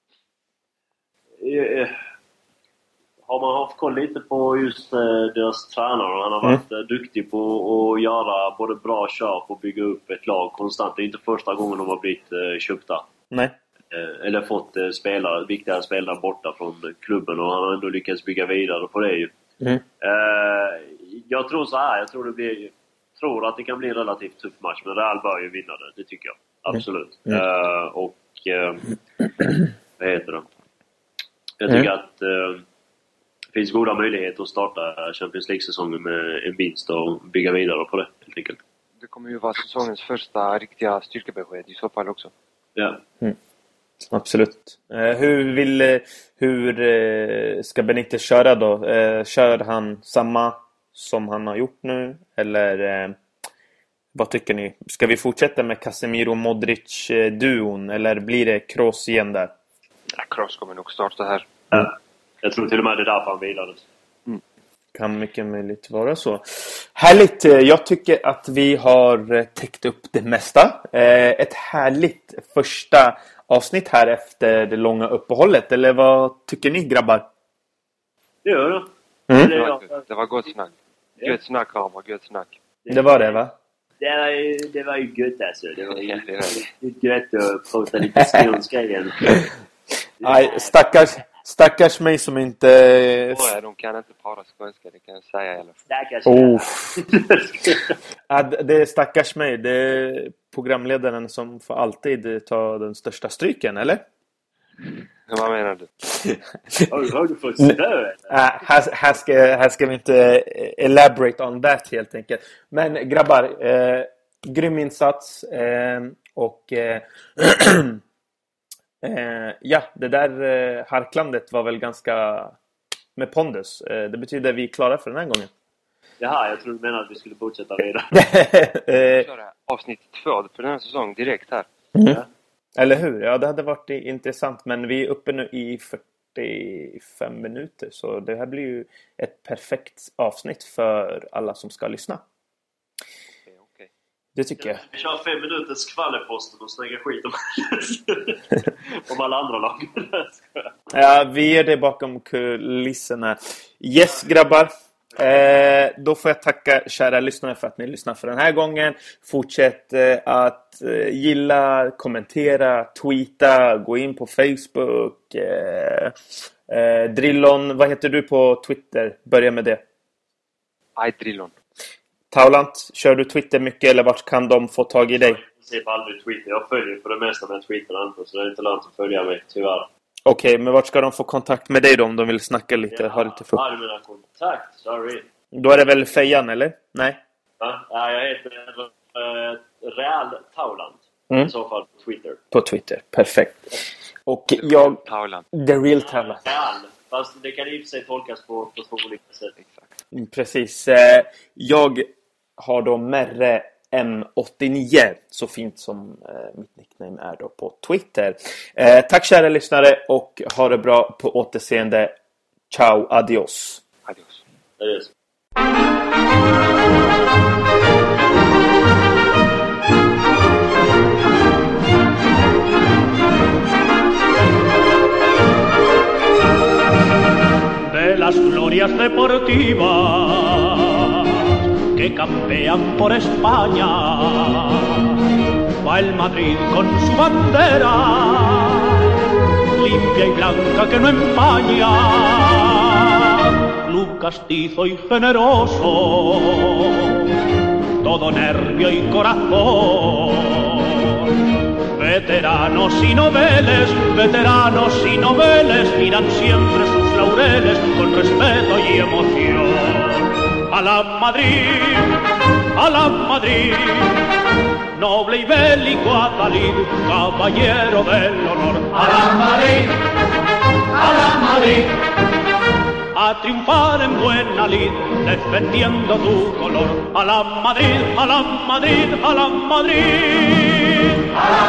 Eh, har man haft koll lite på just eh, deras tränare. Han har varit mm. duktig på att göra både bra köp och bygga upp ett lag konstant. Det är inte första gången de har blivit eh, köpta. Nej. Eh, eller fått eh, spelare, viktiga spelare borta från klubben. Och han har ändå lyckats bygga vidare på det ju. Mm. Eh, jag tror så här. Jag tror, det blir, tror att det kan bli en relativt tuff match. Men Real bör ju vinna det. Det tycker jag. Absolut. Mm. Eh, och eh, vad heter det? Jag tycker mm. att eh, det finns goda möjligheter att starta Champions League-säsongen med en vinst och bygga vidare på det, helt enkelt. Det kommer ju vara säsongens första riktiga styrkebesked i så fall också. Ja. Mm. Absolut. Eh, hur vill hur eh, ska Benitez köra då? Eh, kör han samma som han har gjort nu? Eller eh, vad tycker ni? Ska vi fortsätta med Casemiro Modric-duon? Eller blir det Kroos igen där? Ja, Kroos kommer nog starta här. Ja. Jag tror till och med det är därför han vilades. Mm. Kan mycket möjligt vara så. Härligt. Jag tycker att vi har täckt upp det mesta. Ett härligt första avsnitt här efter det långa uppehållet. Eller vad tycker ni, grabbar? Det gör det. Mm. Det, var, det var gott snack. Gött snack, ja, var gött snack. Det var det, va? Det var ju, det var ju gött alltså. Det var ju lite gött att prata lite skånska igen. Nej, stackars... Stackars mig som inte... Oh, de kan inte para skånska, det kan jag säga. Eller? Stackars oh. Ja, det är stackars mig. Det är programledaren som får alltid ta den största stryken, eller? Vad menar du? Har du fått snö? här, här, ska, här ska vi inte elaborate on that helt enkelt. Men grabbar, eh, grym insats. Eh, och... Eh, Eh, ja, det där eh, harklandet var väl ganska med pondus. Eh, det betyder att vi är klara för den här gången. Jaha, jag trodde du menade att vi skulle fortsätta vidare. eh, köra avsnitt två för den här säsongen direkt här. Mm. Ja. Eller hur? Ja, det hade varit intressant. Men vi är uppe nu i fyrtiofem minuter. Så det här blir ju ett perfekt avsnitt för alla som ska lyssna. Det tycker jag. Vi kör fem minuters skvallerposten och snägga skit om, om alla andra lag. Ja, vi är det bakom kulisserna. Yes, grabbar. Eh, då får jag tacka kära lyssnare för att ni lyssnar för den här gången. Fortsätt eh, att eh, gilla, kommentera, tweeta, gå in på Facebook. Eh, eh, Drillon, vad heter du på Twitter? Börja med det. Aj, Drillon. Taulant, kör du Twitter mycket eller vart kan de få tag i dig? Jag ser aldrig Twitter. Jag följer för det mesta med Twitter, så det är inte lönt att följa mig, tyvärr. Okej, okay, men vart ska de få kontakt med dig då om de vill snacka lite? Ja, ha lite för... har mina kontakt, sorry. Då är det väl Fejan, eller? Nej? Ja, jag heter uh, Real Taulant. Mm. I så fall på Twitter. På Twitter, perfekt. Och jag... Taulant. The Real Taulant. Real, fast det kan i och för sig tolkas på, på två olika sätt. Exakt. Precis. Jag har då Merre M åttionio, så fint som eh, mitt nickname är då på Twitter. Eh, tack kära lyssnare och ha det bra, på återseende. Ciao, adios. Adios. Adios. De las glorias deportivas que campean por España, va el Madrid con su bandera, limpia y blanca que no empaña, club castizo y generoso, todo nervio y corazón, veteranos y noveles, veteranos y noveles, miran siempre sus laureles con respeto y emoción. A la Madrid, a la Madrid, noble y bélico Adalid, caballero del honor. A la Madrid, a la Madrid, a triunfar en buena lid, defendiendo tu color. A la Madrid, a la Madrid, a la Madrid, a la